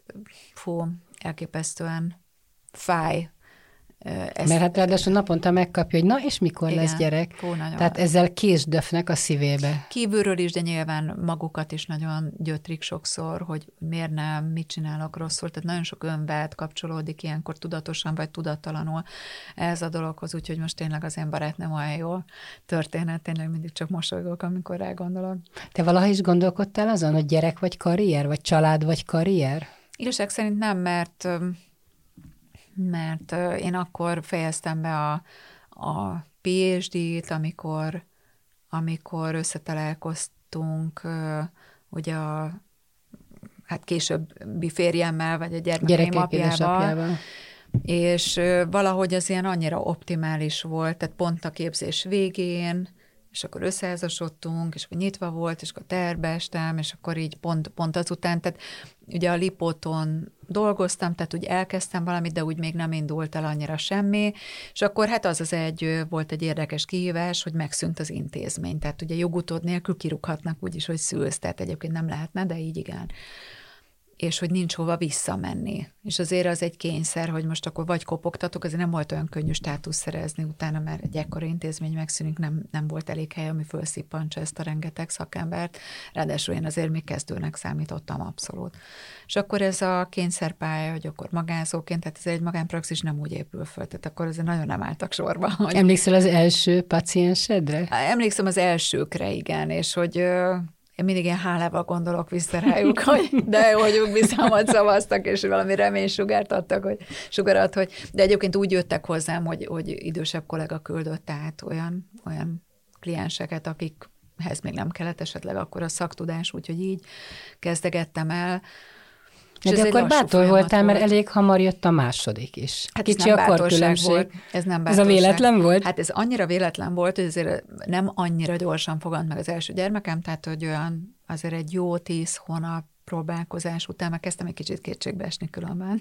elképesztően fáj. Mert hát ráadásul naponta megkapja, hogy na, és mikor igen, lesz gyerek. Tehát ezzel késdöfnek a szívébe. Kívülről is, de nyilván magukat is nagyon gyötrik sokszor, hogy miért nem, mit csinálok rosszul. Tehát nagyon sok önvád kapcsolódik ilyenkor tudatosan vagy tudattalanul ez a dologhoz, úgyhogy most tényleg az én barátnőm olyan jól történet, tényleg mindig csak mosolygok, amikor rá gondolok. Te valaha is gondolkodtál azon, hogy gyerek vagy karrier, vagy család vagy karrier? Igazság szerint nem, mert én akkor fejeztem be a PhD-t, amikor összetalálkoztunk ugye hát későbbi férjemmel, vagy a gyermekeim apjával. És valahogy az ilyen annyira optimális volt, tehát pont a képzés végén, és akkor összeházasodtunk, és akkor nyitva volt, és akkor tervbe estem, és akkor így pont azután, tehát ugye a Lipóton dolgoztam, tehát úgy elkezdtem valamit, de úgy még nem indult el annyira semmi, és akkor hát az volt egy érdekes kihívás, hogy megszűnt az intézmény, tehát ugye jogutód nélkül kirúghatnak úgyis, hogy szülsz, tehát egyébként nem lehetne, de így igen. És hogy nincs hova visszamenni. És azért az egy kényszer, hogy most akkor vagy kopogtatok, azért nem volt olyan könnyű státusz szerezni utána, mert egy ekkora intézmény megszűnik, nem volt elég hely, ami felszippantsa ezt a rengeteg szakembert. Ráadásul én azért még kezdőnek számítottam abszolút. És akkor ez a kényszerpálya, hogy akkor magázóként, tehát ez egy magánpraxis nem úgy épül föl, tehát akkor azért nagyon nem álltak sorba. Hogy... Emlékszel az első paciensedre? Emlékszem az elsőkre, igen, és hogy... Én mindig ilyen hálával gondolok vissza rájuk, hogy de jó, hogy ők bizalmat szavaztak, és valami reménysugárt adtak, hogy de egyébként úgy jöttek hozzám, hogy idősebb kollega küldött, tehát olyan klienseket, akikhez még nem kellett esetleg akkor a szaktudás, úgyhogy így kezdegettem el. De akkor bátor voltál, mert elég hamar jött a második is. Hát kicsi a korkülönbség. Volt. Ez nem bátorság. Ez a véletlen volt? Hát ez annyira véletlen volt, hogy azért nem annyira gyorsan fogant meg az első gyermekem, tehát hogy olyan azért egy jó 10 hónap próbálkozás után már kezdtem egy kicsit kétségbe esni különben.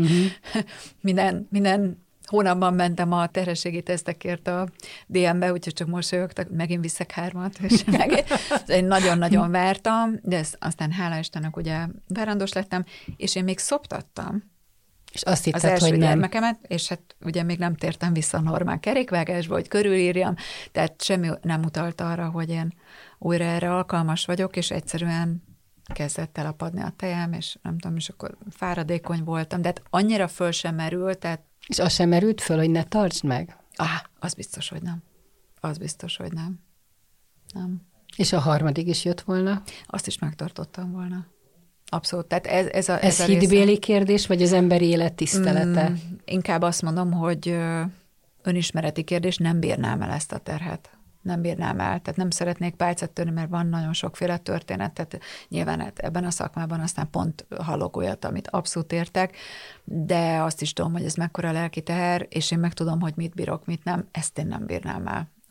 Minden hónapban mentem a terhességi tesztekért a DM-be, úgyhogy csak mosolyogtak, megint viszek 3, és én nagyon-nagyon vártam, de aztán hála Istennek ugye várandós lettem, és én még szoptattam. És azt hitted, az első hogy nem. gyermekemet, és hát ugye még nem tértem vissza a normál kerékvágásba, hogy körülírjam, tehát semmi nem utalt arra, hogy én újra erre alkalmas vagyok, és egyszerűen kezdett elapadni a tejem, és nem tudom, és akkor fáradékony voltam, de hát annyira föl sem merült, tehát... És az sem merült föl, hogy ne tartsd meg? Az biztos, hogy nem. Az biztos, hogy nem. Nem. És a harmadik is jött volna? Azt is megtartottam volna. Abszolút. Tehát ez hitbéli kérdés, vagy az emberi élet tisztelete? Inkább azt mondom, hogy önismereti kérdés, nem bírnám el ezt a terhet. Nem bírnám el, tehát nem szeretnék pálcát törni, mert van nagyon sokféle történet, tehát nyilván ebben a szakmában aztán pont hallok olyat, amit abszolút értek, de azt is tudom, hogy ez mekkora lelki teher, és én meg tudom, hogy mit bírok, mit nem, ezt én nem bírnám el.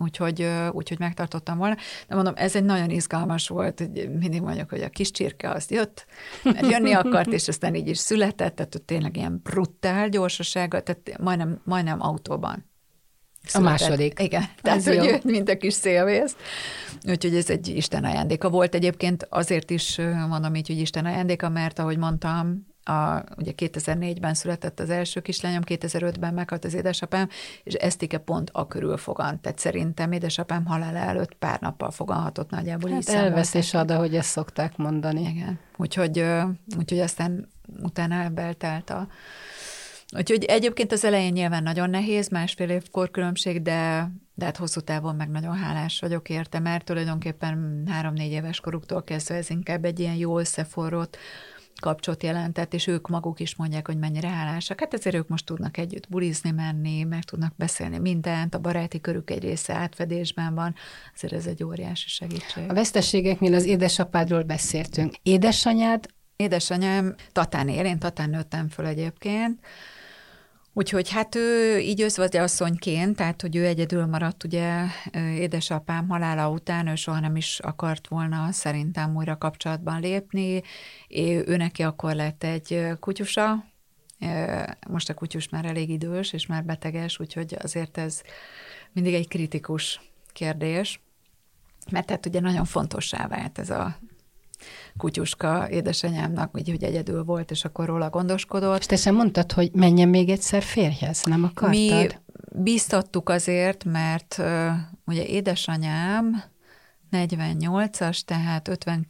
úgyhogy megtartottam volna. De mondom, ez egy nagyon izgalmas volt, mindig mondjuk, hogy a kis csirke azt jött, mert jönni akart, és aztán így is született, tehát tényleg ilyen brutál gyorsasággal, tehát majdnem autóban született. A második. Igen, tehát hogy jött, mint a kis szélvész. Úgyhogy ez egy Isten ajándéka volt. Egyébként azért is mondom így, hogy Isten ajándéka, mert ahogy mondtam, ugye 2004-ben született az első kislányom, 2005-ben meghalt az édesapám, és Esztike pont a körül fogant. Tehát szerintem édesapám halála előtt pár nappal foganhatott nagyjából. Hát elveszés ad, ahogy ezt szokták mondani. Igen. Úgyhogy aztán utána elbeltelt Úgyhogy egyébként az elején nyilván nagyon nehéz, 1,5 év korkülönbség, de hát hosszú távon meg nagyon hálás vagyok érte, mert tulajdonképpen 3-4 éves koruktól kezdve ez inkább egy ilyen jó összeforrott kapcsolat jelentett, és ők maguk is mondják, hogy mennyire hálásak. Hát ezért ők most tudnak együtt bulizni menni, meg tudnak beszélni mindent, a baráti körük egy része átfedésben van, ezért ez egy óriási segítség. A veszteségeknél az édesapádról beszéltünk. Édesanyám Tatán él, én Tatán nőttem föl egyébként, úgyhogy hát ő így özvegyasszonyként, tehát hogy ő egyedül maradt ugye édesapám halála után, ő soha nem is akart volna szerintem újra kapcsolatban lépni. Ő neki akkor lett egy kutyusa, most a kutyus már elég idős, és már beteges, úgyhogy azért ez mindig egy kritikus kérdés, mert tehát ugye nagyon fontossá vált ez a kutyuska édesanyámnak, úgy, hogy egyedül volt, és akkor róla gondoskodott. És te sem mondtad, hogy menjen még egyszer férjhez, nem akartad? Mi bíztattuk azért, mert ugye édesanyám 48-as, tehát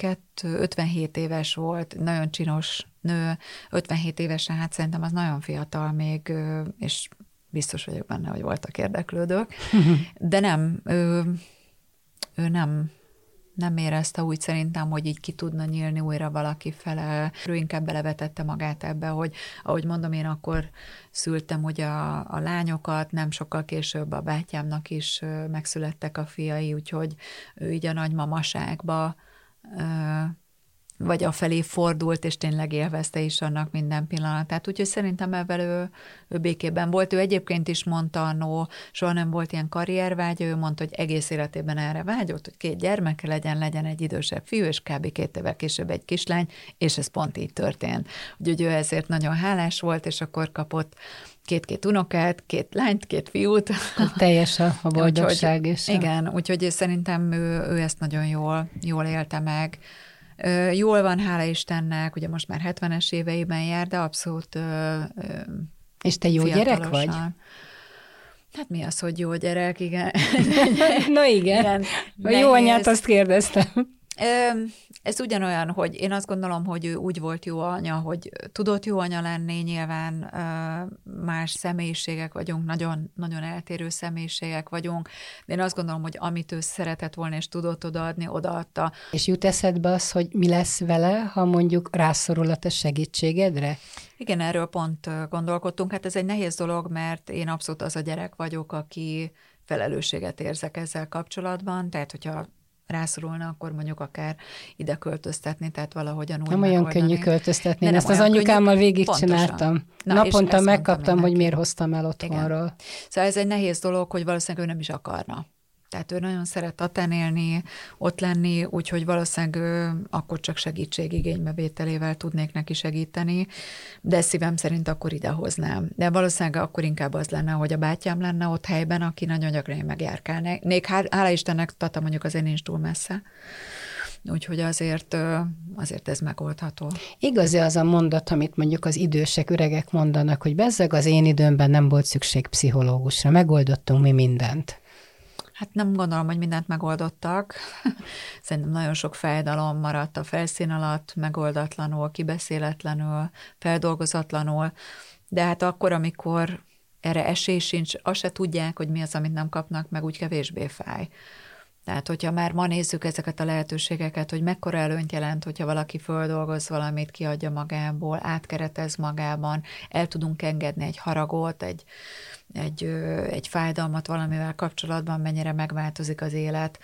57 éves volt, nagyon csinos nő, 57 évesen, hát szerintem az nagyon fiatal még, és biztos vagyok benne, hogy voltak érdeklődők, de nem, ő nem érezte úgy szerintem, hogy így ki tudna nyílni újra valaki fele. Ő inkább belevetette magát ebbe, hogy ahogy mondom, én akkor szültem ugye a lányokat, nem sokkal később a bátyámnak is megszülettek a fiai, úgyhogy ő így a nagymamaságba vagy afelé fordult, és tényleg élvezte is annak minden pillanatát. Úgyhogy szerintem ebben ő békében volt. Ő egyébként is mondta annó, soha nem volt ilyen karriervágya, ő mondta, hogy egész életében erre vágyott, hogy 2 gyermeke legyen egy idősebb fiú, és kb. 2 évvel később egy kislány, és ez pont így történt. Úgyhogy ő ezért nagyon hálás volt, és akkor kapott 2 unokát, 2 lányt, 2 fiút. Teljes a boldogság is. Igen, úgyhogy szerintem ő ezt nagyon jól élte meg. Jól van, hála Istennek, ugye most már 70-es éveiben jár, de abszolút és te jó gyerek vagy? Hát mi az, hogy jó gyerek, igen. Na igen, a jó anyát azt kérdeztem. Ez ugyanolyan, hogy én azt gondolom, hogy ő úgy volt jó anya, hogy tudott jó anya lenni, nyilván más személyiségek vagyunk, nagyon, nagyon eltérő személyiségek vagyunk, de én azt gondolom, hogy amit ő szeretett volna és tudott odaadni, odaadta. És jut eszedbe az, hogy mi lesz vele, ha mondjuk rászorul a te segítségedre? Igen, erről pont gondolkodtunk. Hát ez egy nehéz dolog, mert én abszolút az a gyerek vagyok, aki felelősséget érzek ezzel kapcsolatban, tehát hogyha rászorulna, akkor mondjuk akár ide költöztetni, tehát valahogyan úgy nem olyan könnyű költöztetni, én ezt az anyukámmal végigcsináltam. Naponta megkaptam, hogy miért hoztam el otthonról. Igen. Szóval ez egy nehéz dolog, hogy valószínűleg ő nem is akarna. Tehát ő nagyon szeret Tatán élni, ott lenni, úgyhogy valószínűleg akkor csak segítségigénybevételével tudnék neki segíteni, de szívem szerint akkor idehoznám. De valószínűleg akkor inkább az lenne, hogy a bátyám lenne ott helyben, aki nagyon gyakran megjárkálnék. Hála Istennek, Tata mondjuk azért nincs túl messze. Úgyhogy azért ez megoldható. Igaz az a mondat, amit mondjuk az idősek, öregek mondanak, hogy bezzeg az én időmben nem volt szükség pszichológusra, megoldottunk mi mindent. Hát nem gondolom, hogy mindent megoldottak. Szerintem nagyon sok fájdalom maradt a felszín alatt, megoldatlanul, kibeszéletlenül, feldolgozatlanul, de hát akkor, amikor erre esély sincs, azt se tudják, hogy mi az, amit nem kapnak, meg úgy kevésbé fáj. Tehát, hogyha már ma nézzük ezeket a lehetőségeket, hogy mekkora előnyt jelent, hogyha valaki földolgoz valamit, kiadja magából, átkeretez magában, el tudunk engedni egy haragot, egy fájdalmat valamivel kapcsolatban, mennyire megváltozik az élet,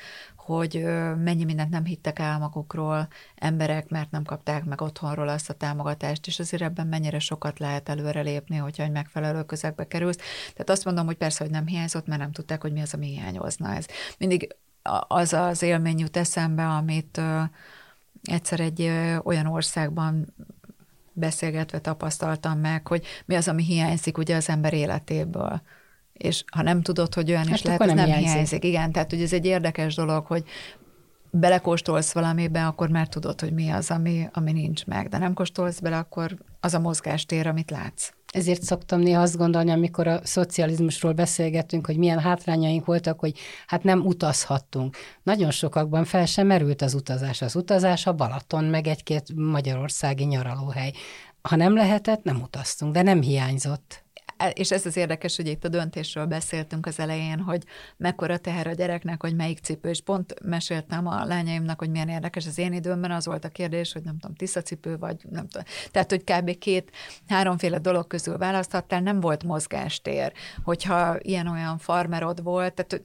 hogy mennyi mindent nem hittek el magukról emberek, mert nem kapták meg otthonról azt a támogatást, és azért ebben mennyire sokat lehet előrelépni, hogyha egy megfelelő közegbe kerülsz. Tehát azt mondom, hogy persze, hogy nem hiányzott, mert nem tudták, hogy mi az, ami hiányozna. Ez mindig az az élmény jut eszembe, amit egyszer egy olyan országban beszélgetve tapasztaltam meg, hogy mi az, ami hiányzik ugye az ember életéből. És ha nem tudod, hogy olyan is lehet, az nem hiányzik. Igen, tehát ugye ez egy érdekes dolog, hogy belekóstolsz valamiben, akkor már tudod, hogy mi az, ami nincs meg. De nem kóstolsz bele, akkor az a mozgástér, amit látsz. Ezért szoktam néha azt gondolni, amikor a szocializmusról beszélgettünk, hogy milyen hátrányaink voltak, hogy hát nem utazhattunk. Nagyon sokakban fel sem merült az utazás. Az utazás a Balaton, meg egy-két magyarországi nyaralóhely. Ha nem lehetett, nem utaztunk, de nem hiányzott. És ez az érdekes, hogy itt a döntésről beszéltünk az elején, hogy mekkora teher a gyereknek, hogy melyik cipő, és pont meséltem a lányaimnak, hogy milyen érdekes az én időmben, az volt a kérdés, hogy nem tudom, tiszacipő, vagy nem tudom. Tehát, hogy kb. 2-3 dolog közül választhattál, nem volt mozgástér. Hogyha ilyen-olyan farmerod volt, tehát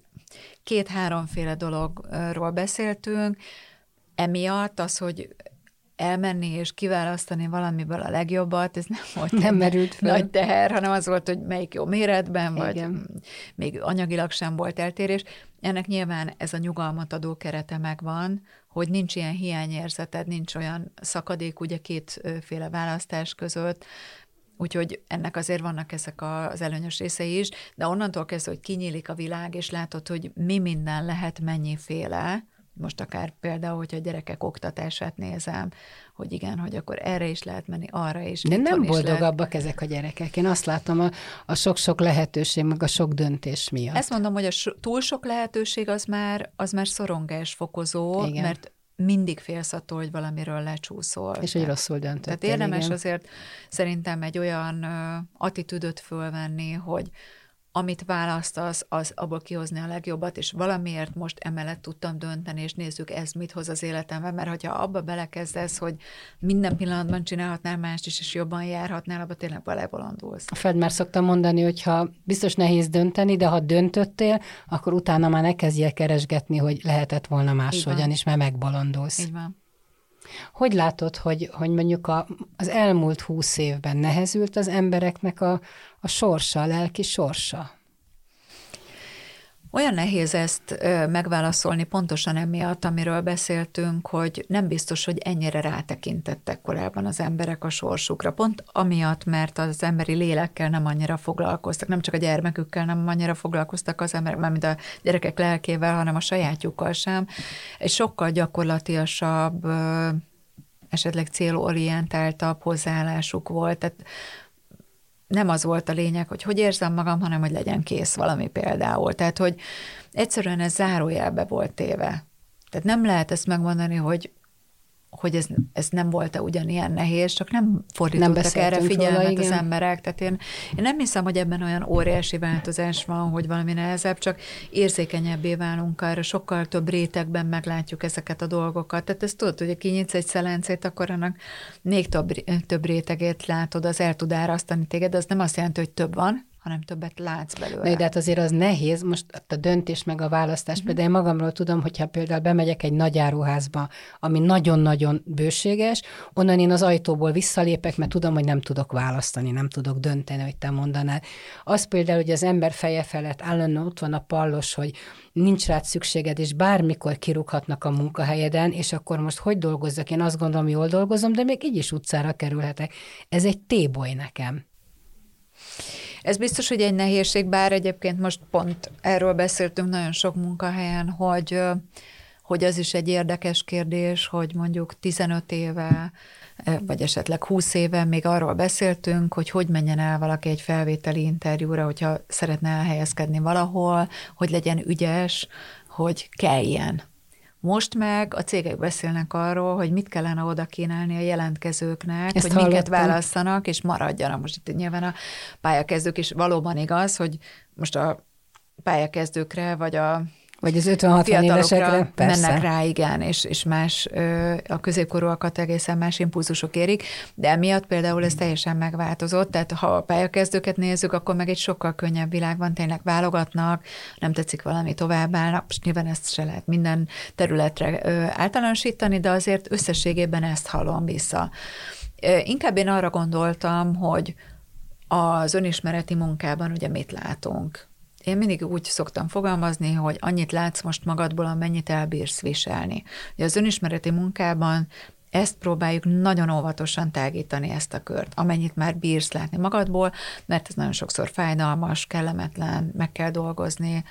2-3 dologról beszéltünk, emiatt az, hogy elmenni és kiválasztani valamiből a legjobbat, ez nem volt nem merült fel. Nagy teher, hanem az volt, hogy melyik jó méretben, vagy igen. Még anyagilag sem volt eltérés. Ennek nyilván ez a nyugalmat adó kerete megvan, hogy nincs ilyen hiányérzeted, nincs olyan szakadék ugye 2 választás között, úgyhogy ennek azért vannak ezek az előnyös részei is, de onnantól kezdve, hogy kinyílik a világ, és látod, hogy mi minden lehet mennyiféle, most akár például, hogyha a gyerekek oktatását nézem, hogy igen, hogy akkor erre is lehet menni, arra is. De nem boldogabbak ezek a gyerekek. Én azt látom a sok-sok lehetőség, meg a sok döntés miatt. Ezt mondom, hogy a túl sok lehetőség az már szorongásfokozó, igen. Mert mindig félsz attól, hogy valamiről lecsúszol. És hogy rosszul döntöttél. Tehát érdemes igen. azért szerintem egy olyan attitűdöt fölvenni, hogy amit választasz, az abból kihozni a legjobbat, és valamiért most emellett tudtam dönteni, és nézzük, ez mit hoz az életemben, mert hogyha abba belekezdesz, hogy minden pillanatban csinálhatnál mást is, és jobban járhatnál, abba tényleg belebolondulsz. A Fred már szokta mondani, hogy ha biztos nehéz dönteni, de ha döntöttél, akkor utána már ne kezdj el keresgetni, hogy lehetett volna máshogyan is, mert megbolondulsz. Így van. Hogy látod, hogy mondjuk az elmúlt 20 évben nehezült az embereknek a sorsa, a lelki sorsa? Olyan nehéz ezt megválaszolni pontosan emiatt, amiről beszéltünk, hogy nem biztos, hogy ennyire rátekintettek korábban az emberek a sorsukra. Pont amiatt, mert az emberi lélekkel nem annyira foglalkoztak, nem csak a gyermekükkel nem annyira foglalkoztak az emberek, mármint a gyerekek lelkével, hanem a sajátjukkal sem. Egy sokkal gyakorlatiasabb, esetleg célorientáltabb hozzáállásuk volt. Tehát nem az volt a lényeg, hogy érzem magam, hanem hogy legyen kész valami például. Tehát, hogy egyszerűen ez zárójelbe volt téve. Tehát nem lehet ezt megmondani, hogy ez nem volt-e ugyanilyen nehéz, csak nem fordítottak erre figyelmet az emberek. Tehát én nem hiszem, hogy ebben olyan óriási változás van, hogy valami nehezebb, csak érzékenyebbé válunk arra, sokkal több rétegben meglátjuk ezeket a dolgokat. Tehát ezt tudod, hogy kinyitsz egy szelencét, akkor annak még több rétegét látod, az el tud árasztani téged, de az nem azt jelenti, hogy több van, hanem többet látsz belőle. De hát azért az nehéz, most a döntés meg a választás, például én magamról tudom, hogyha például bemegyek egy nagy áruházba, ami nagyon-nagyon bőséges, onnan én az ajtóból visszalépek, mert tudom, hogy nem tudok választani, nem tudok dönteni, hogy te mondanál. Az például, hogy az ember feje felett állandóan ott van a pallos, hogy nincs rád szükséged, és bármikor kirúghatnak a munkahelyeden, és akkor most hogy dolgozzak? Én azt gondolom, jól dolgozom, de még így is utcára kerülhetek. Ez egy téboly nekem. Ez biztos, hogy egy nehézség, bár egyébként most pont erről beszéltünk nagyon sok munkahelyen, hogy az is egy érdekes kérdés, hogy mondjuk 15 éve, vagy esetleg 20 éve még arról beszéltünk, hogy menjen el valaki egy felvételi interjúra, hogyha szeretne elhelyezkedni valahol, hogy legyen ügyes, hogy kelljen. Most meg a cégek beszélnek arról, hogy mit kellene oda kínálni a jelentkezőknek, ezt hogy minket válasszanak, és maradjanak. Most itt nyilván a pályakezdők is valóban igaz, hogy most a pályakezdőkre, vagy a Vagy az 50-60 évesekre, persze. Mennek rá, igen, és más, a középkorúakat egészen más impulzusok érik, de emiatt például ez teljesen megváltozott, tehát ha a pályakezdőket nézzük, akkor meg egy sokkal könnyebb világ van, tényleg válogatnak, nem tetszik valami, továbbállnak, most nyilván ezt se lehet minden területre általánosítani, de azért összességében ezt hallom vissza. Inkább én arra gondoltam, hogy az önismereti munkában ugye mit látunk. Én mindig úgy szoktam fogalmazni, hogy annyit látsz most magadból, amennyit elbírsz viselni. Ugye az önismereti munkában ezt próbáljuk nagyon óvatosan tágítani, ezt a kört, amennyit már bírsz látni magadból, mert ez nagyon sokszor fájdalmas, kellemetlen, meg kell dolgozni.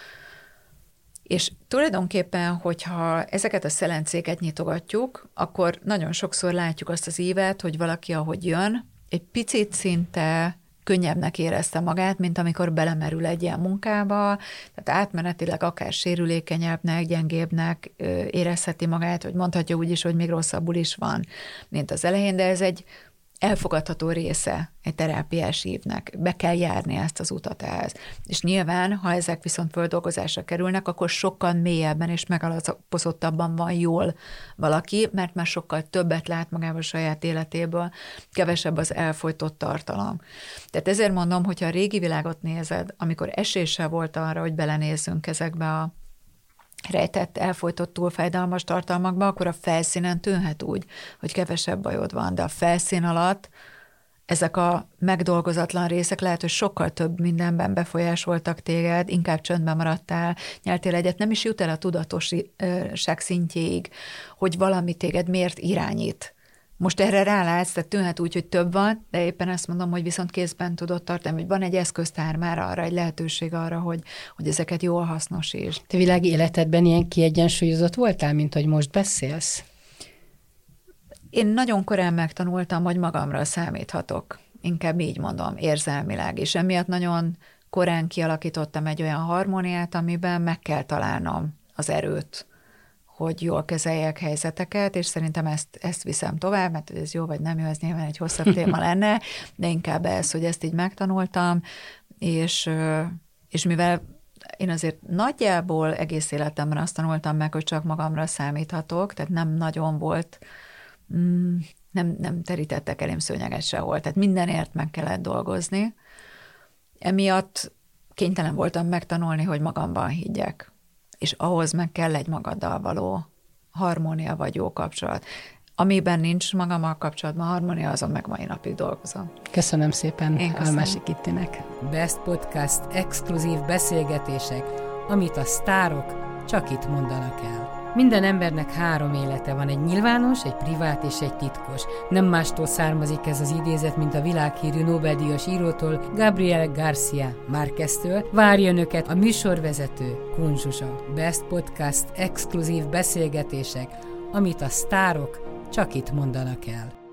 És tulajdonképpen, hogyha ezeket a szelencéket nyitogatjuk, akkor nagyon sokszor látjuk azt az ívet, hogy valaki, ahogy jön, egy picit szinte könnyebbnek érezte magát, mint amikor belemerül egy ilyen munkába, tehát átmenetileg akár sérülékenyebbnek, gyengébbnek érezheti magát, vagy mondhatja úgy is, hogy még rosszabbul is van, mint az elején, de ez egy elfogadható része egy terápiás ívnek. Be kell járni ezt az utat ehhez. És nyilván, ha ezek viszont földolgozásra kerülnek, akkor sokkal mélyebben és megalapozottabban van jól valaki, mert már sokkal többet lát magában a saját életéből, kevesebb az elfojtott tartalom. Tehát ezért mondom, hogyha a régi világot nézed, amikor esély se volt arra, hogy belenézzünk ezekbe a rejtett, elfojtott, túlfájdalmas tartalmakba, akkor a felszínen tűnhet úgy, hogy kevesebb bajod van, de a felszín alatt ezek a megdolgozatlan részek lehet, hogy sokkal több mindenben befolyásoltak téged, inkább csöndben maradtál, nyeltél egyet, nem is jut el a tudatosság szintjéig, hogy valami téged miért irányít. Most erre rálátsz, tehát tűnhet úgy, hogy több van, de éppen ezt mondom, hogy viszont kézben tudod tartani, hogy van egy eszköztár már arra, egy lehetőség arra, hogy ezeket jól hasznosítsd. Te világi életedben ilyen kiegyensúlyozott voltál, mint hogy most beszélsz? Én nagyon korán megtanultam, hogy magamra számíthatok. Inkább így mondom, érzelmileg. És emiatt nagyon korán kialakítottam egy olyan harmóniát, amiben meg kell találnom az erőt, hogy jól kezeljek helyzeteket, és szerintem ezt viszem tovább, mert ez jó vagy nem jó, ez nyilván egy hosszabb téma lenne, de inkább ez, hogy ezt így megtanultam, és mivel én azért nagyjából egész életemben azt tanultam meg, hogy csak magamra számíthatok, tehát nem nagyon volt, nem terítettek elém szőnyeget sehol, tehát mindenért meg kellett dolgozni. Emiatt kénytelen voltam megtanulni, hogy magamban higgyek. És ahhoz meg kell egy magaddal való harmónia vagy jó kapcsolat. Amiben nincs magammal kapcsolatban harmónia, azon meg mai napig dolgozom. Köszönöm szépen Almási Kittinek. Best Podcast exkluzív beszélgetések, amit a sztárok csak itt mondanak el. Minden embernek 3 élete van, egy nyilvános, egy privát és egy titkos. Nem mástól származik ez az idézet, mint a világhírű Nobel-díjas írótól, Gabriel García Márqueztől. Várja önöket a műsorvezető, Kun Zsuzsa. Best Podcast exkluzív beszélgetések, amit a sztárok csak itt mondanak el.